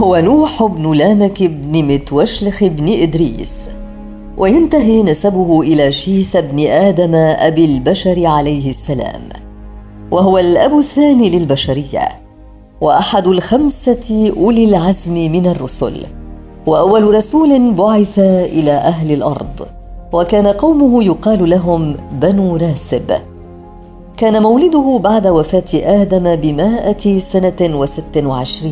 هو نوح بن لامك بن متوشلخ بن إدريس، وينتهي نسبه إلى شيث بن آدم أبي البشر عليه السلام، وهو الأب الثاني للبشرية، وأحد الخمسة أولي العزم من الرسل، وأول رسول بعث إلى أهل الأرض، وكان قومه يقال لهم بنو راسب. كان مولده بعد وفاة آدم ب100 سنة و26،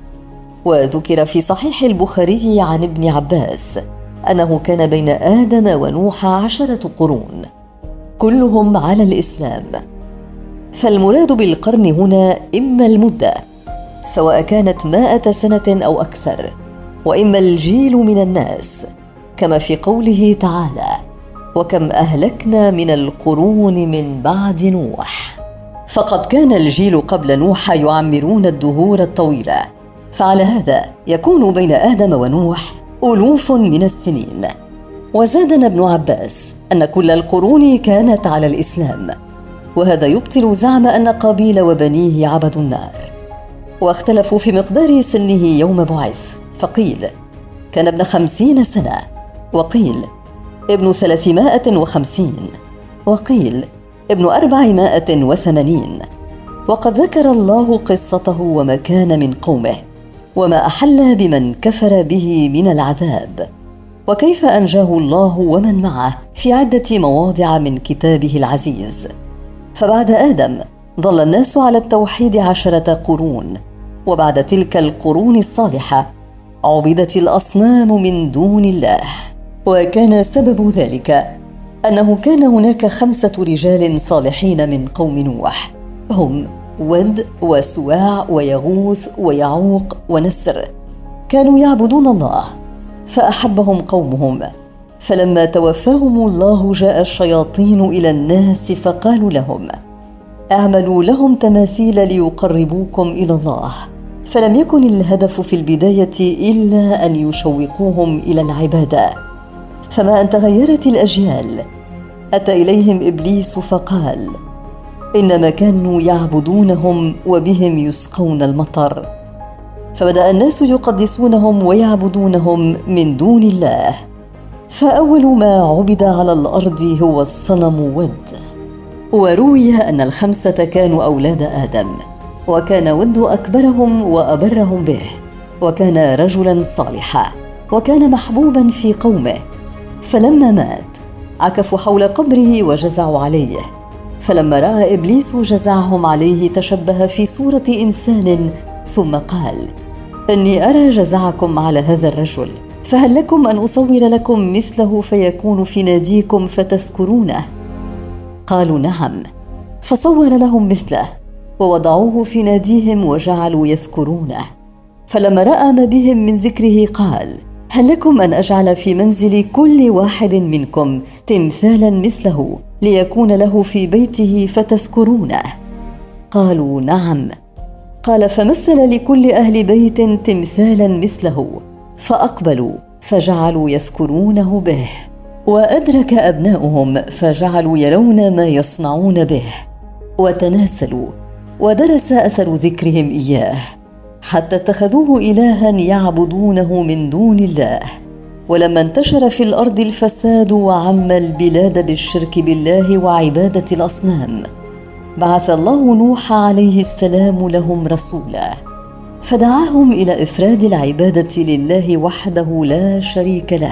وذكر في صحيح البخاري عن ابن عباس أنه كان بين آدم ونوح 10 قرون كلهم على الإسلام. فالمراد بالقرن هنا إما المدة سواء كانت 100 سنة أو أكثر، وإما الجيل من الناس، كما في قوله تعالى: وكم أهلكنا من القرون من بعد نوح. فقد كان الجيل قبل نوح يعمرون الدهور الطويلة، فعلى هذا يكون بين آدم ونوح ألوف من السنين. وزادنا ابن عباس أن كل القرون كانت على الإسلام، وهذا يبطل زعم أن قابيل وبنيه عبدوا النار. واختلفوا في مقدار سنه يوم بعث، فقيل كان ابن 50 سنة، وقيل ابن 350، وقيل ابن 480. وقد ذكر الله قصته وما كان من قومه، وما أحل بمن كفر به من العذاب، وكيف أنجاه الله ومن معه في عدة مواضع من كتابه العزيز. فبعد آدم ظل الناس على التوحيد 10 قرون، وبعد تلك القرون الصالحة عبدت الأصنام من دون الله. وكان سبب ذلك أنه كان هناك 5 رجال صالحين من قوم نوح، هم ود وسواع ويغوث ويعوق ونسر، كانوا يعبدون الله فأحبهم قومهم، فلما توفاهم الله جاء الشياطين إلى الناس فقالوا لهم: اعملوا لهم تماثيل ليقربوكم إلى الله. فلم يكن الهدف في البداية إلا أن يشوقوهم إلى العبادة. فما أن تغيرت الأجيال أتى إليهم إبليس فقال: إنما كانوا يعبدونهم وبهم يسقون المطر. فبدأ الناس يقدسونهم ويعبدونهم من دون الله. فأول ما عبد على الأرض هو الصنم ود. وروي أن ال5 كانوا أولاد آدم، وكان ود أكبرهم وأبرهم به، وكان رجلا صالحا، وكان محبوبا في قومه. فلما مات عكفوا حول قبره وجزعوا عليه، فلما رأى إبليس جزعهم عليه تشبه في صورة إنسان، ثم قال: إني أرى جزعكم على هذا الرجل، فهل لكم أن أصور لكم مثله فيكون في ناديكم فتذكرونه؟ قالوا: نعم. فصور لهم مثله ووضعوه في ناديهم وجعلوا يذكرونه. فلما رأى ما بهم من ذكره قال: هل لكم أن أجعل في منزل كل واحد منكم تمثالا مثله ليكون له في بيته فتذكرونه؟ قالوا: نعم. قال: فمثل لكل أهل بيت تمثالا مثله، فأقبلوا فجعلوا يذكرونه به. وأدرك أبناؤهم فجعلوا يرون ما يصنعون به، وتناسلوا ودرس أثر ذكرهم إياه، حتى اتخذوه إلها يعبدونه من دون الله. ولما انتشر في الأرض الفساد وعم البلاد بالشرك بالله وعبادة الأصنام، بعث الله نوح عليه السلام لهم رسولا، فدعاهم إلى إفراد العبادة لله وحده لا شريك له،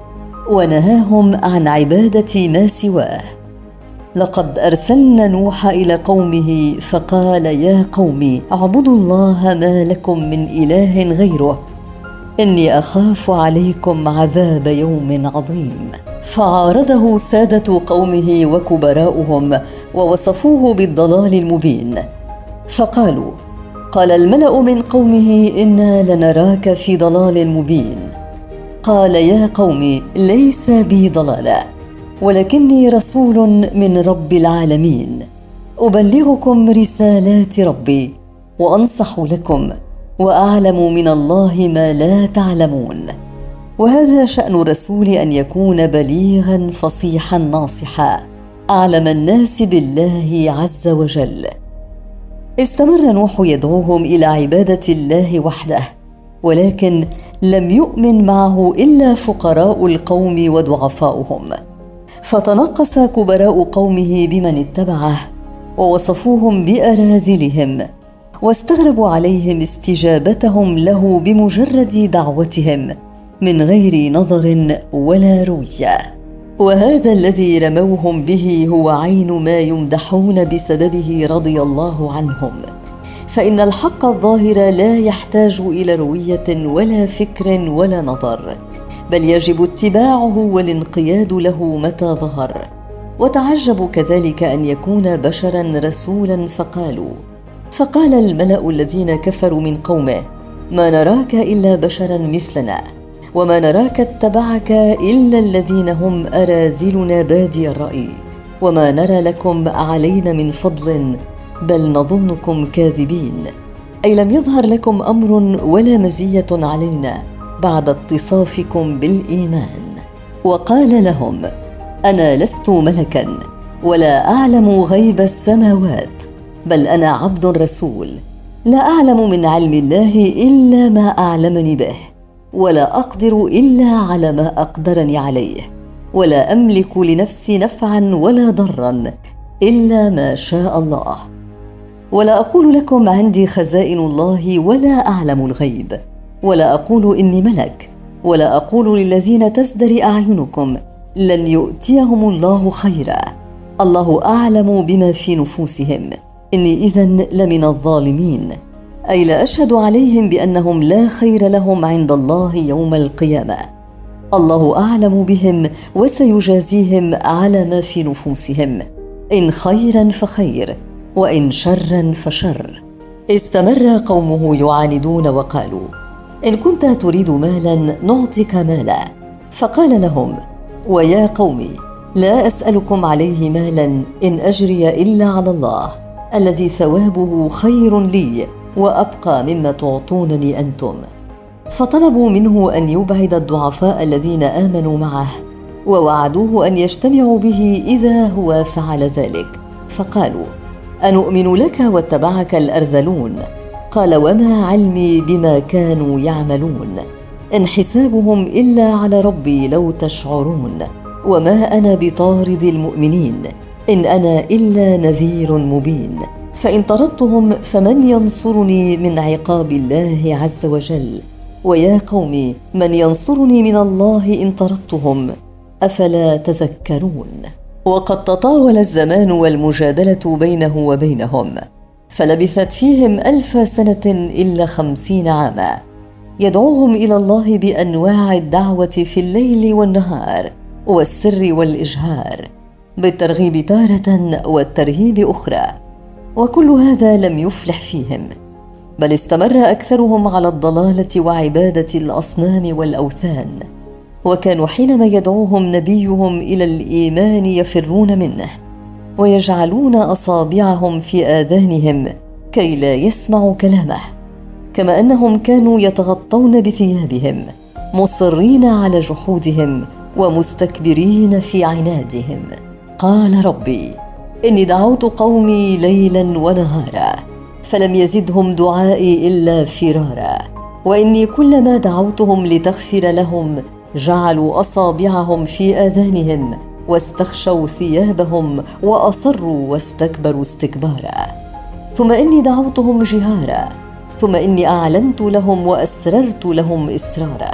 ونهاهم عن عبادة ما سواه. لقد أرسلنا نوح إلى قومه فقال: يا قوم اعبدوا الله ما لكم من إله غيره، إني أخاف عليكم عذاب يوم عظيم. فعارضه سادة قومه وكبراؤهم ووصفوه بالضلال المبين، فقالوا: قال الملأ من قومه: إنا لنراك في ضلال مبين. قال: يا قوم ليس بي ضلالة، ولكني رسول من رب العالمين، أبلغكم رسالات ربي وأنصح لكم، وأعلم من الله ما لا تعلمون. وهذا شأن الرسول، أن يكون بليغا فصيحا ناصحا، أعلم الناس بالله عز وجل. استمر نوح يدعوهم إلى عبادة الله وحده، ولكن لم يؤمن معه إلا فقراء القوم وضعفاؤهم، فتنقص كبراء قومه بمن اتبعه ووصفوهم بأراذلهم، واستغربوا عليهم استجابتهم له بمجرد دعوتهم من غير نظر ولا روية. وهذا الذي رموهم به هو عين ما يمدحون بسببه رضي الله عنهم، فإن الحق الظاهر لا يحتاج إلى روية ولا فكر ولا نظر، بل يجب اتباعه والانقياد له متى ظهر. وتعجبوا كذلك أن يكون بشرا رسولا، فقال الملأ الذين كفروا من قومه: ما نراك إلا بشرا مثلنا، وما نراك اتبعك إلا الذين هم أراذلنا بادي الرأي، وما نرى لكم علينا من فضل، بل نظنكم كاذبين. أي لم يظهر لكم أمر ولا مزية علينا بعد اتصافكم بالإيمان. وقال لهم: أنا لست ملكا ولا أعلم غيب السماوات، بل أنا عبد رسول، لا أعلم من علم الله إلا ما أعلمني به، ولا أقدر إلا على ما أقدرني عليه، ولا أملك لنفسي نفعا ولا ضرا إلا ما شاء الله. ولا أقول لكم عندي خزائن الله ولا أعلم الغيب، ولا أقول إني ملك، ولا أقول للذين تزدري أعينكم لن يؤتيهم الله خيرا، الله أعلم بما في نفوسهم، إني إذن لمن الظالمين. أي لا أشهد عليهم بأنهم لا خير لهم عند الله يوم القيامة، الله أعلم بهم وسيجازيهم على ما في نفوسهم، إن خيرا فخير وإن شرا فشر. استمر قومه يعاندون وقالوا: إن كنت تريد مالا نعطيك مالا. فقال لهم: ويا قومي، لا أسألكم عليه مالا، إن أجري إلا على الله الذي ثوابه خير لي وأبقى مما تعطونني أنتم. فطلبوا منه أن يبعد الضعفاء الذين آمنوا معه، ووعدوه أن يجتمعوا به إذا هو فعل ذلك. فقالوا: أنؤمن لك واتبعك الأرذلون؟ قال: وما علمي بما كانوا يعملون، إن حسابهم إلا على ربي لو تشعرون، وما أنا بطارد المؤمنين، إن أنا إلا نذير مبين، فإن طردتهم فمن ينصرني من عقاب الله عز وجل؟ ويا قوم، من ينصرني من الله إن طردتهم؟ أفلا تذكرون؟ وقد تطاول الزمان والمجادلة بينه وبينهم، فلبثت فيهم 1000 سنة إلا 50 عاما، يدعوهم إلى الله بأنواع الدعوة في الليل والنهار والسر والإجهار، بالترغيب تارة والترهيب أخرى، وكل هذا لم يفلح فيهم، بل استمر أكثرهم على الضلالة وعبادة الأصنام والأوثان. وكانوا حينما يدعوهم نبيهم إلى الإيمان يفرون منه، ويجعلون أصابعهم في آذانهم كي لا يسمعوا كلامه، كما أنهم كانوا يتغطون بثيابهم مصرين على جحودهم ومستكبرين في عنادهم. قال ربي: إني دعوت قومي ليلا ونهارا، فلم يزدهم دعائي إلا فرارا، وإني كلما دعوتهم لتغفر لهم جعلوا أصابعهم في آذانهم واستخشوا ثيابهم وأصروا واستكبروا استكبارا، ثم إني دعوتهم جهارا، ثم إني أعلنت لهم وأسررت لهم إسرارا.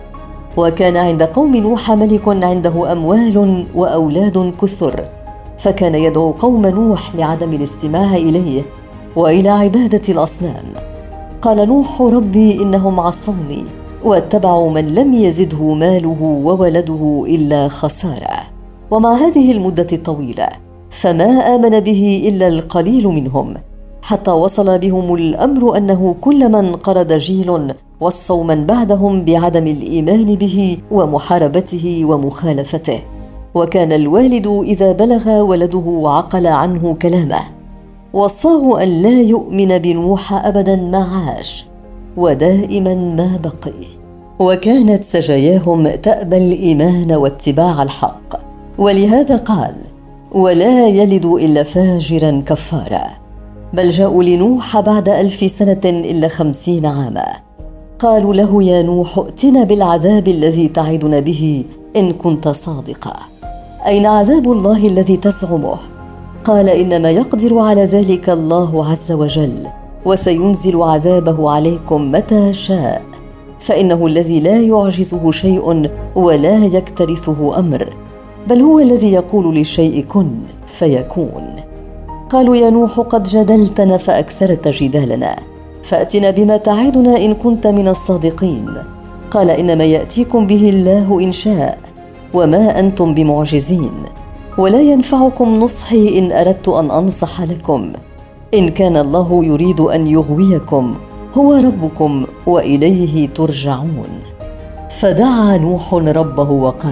وكان عند قوم نوح ملك عنده أموال وأولاد كثر، فكان يدعو قوم نوح لعدم الاستماع إليه وإلى عبادة الأصنام. قال نوح: ربي إنهم عصوني واتبعوا من لم يزده ماله وولده إلا خسارة. ومع هذه المدة الطويلة فما آمن به إلا القليل منهم، حتى وصل بهم الأمر أنه كلما انقرض جيل وصوا من بعدهم بعدم الإيمان به ومحاربته ومخالفته. وكان الوالد إذا بلغ ولده وعقل عنه كلامه وصاه أن لا يؤمن بنوح أبدا ما عاش ودائما ما بقي. وكانت سجاياهم تأبى الإيمان واتباع الحق، ولهذا قال: ولا يلد إلا فاجرا كفارا. بل جاءوا لنوح بعد 1000 سنة إلا 50 عاما. قالوا له: يا نوح، ائتنا بالعذاب الذي تعدنا به إن كنت صادقا. أين عذاب الله الذي تزعمه؟ قال: إنما يقدر على ذلك الله عز وجل، وسينزل عذابه عليكم متى شاء، فإنه الذي لا يعجزه شيء ولا يكترثه أمر، بل هو الذي يقول للشيء كن فيكون. قالوا: يا نوح، قد جدلتنا فأكثرت جدالنا، فأتنا بما تعدنا إن كنت من الصادقين. قال: إنما يأتيكم به الله إن شاء، وما أنتم بمعجزين، ولا ينفعكم نصحي إن أردت أن أنصح لكم. إن كان الله يريد أن يغويكم هو ربكم وإليه ترجعون. فدعا نوح ربه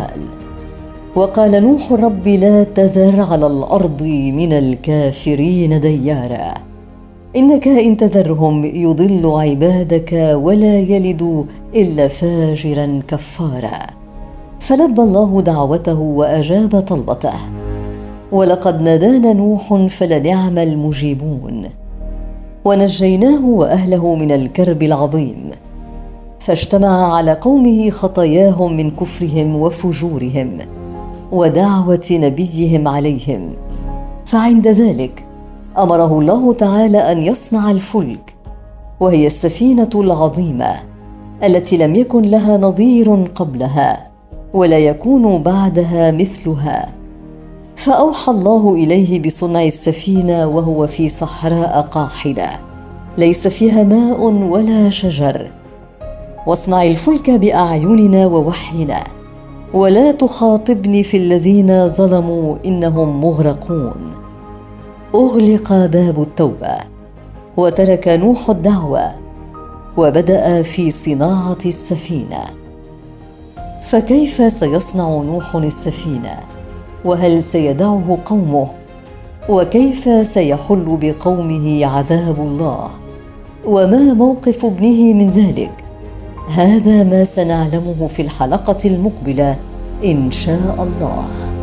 وقال نوح: رب لا تذر على الأرض من الكافرين ديارا، إنك إن تذرهم يضل عبادك ولا يلد إلا فاجرا كفارا. فلبى الله دعوته وأجاب طلبته، ولقد نادانا نوح فلنعم المجيبون، ونجيناه وأهله من الكرب العظيم. فاجتمع على قومه خطاياهم من كفرهم وفجورهم ودعوة نبيهم عليهم، فعند ذلك أمره الله تعالى أن يصنع الفلك، وهي السفينة العظيمة التي لم يكن لها نظير قبلها ولا يكون بعدها مثلها. فأوحى الله إليه بصنع السفينة وهو في صحراء قاحلة ليس فيها ماء ولا شجر: واصنع الفلك بأعيننا ووحينا، ولا تخاطبني في الذين ظلموا إنهم مغرقون. أغلق باب التوبة، وترك نوح الدعوة، وبدأ في صناعة السفينة. فكيف سيصنع نوح السفينة؟ وهل سيدعه قومه؟ وكيف سيحل بقومه عذاب الله؟ وما موقف ابنه من ذلك؟ هذا ما سنعلمه في الحلقة المقبلة إن شاء الله.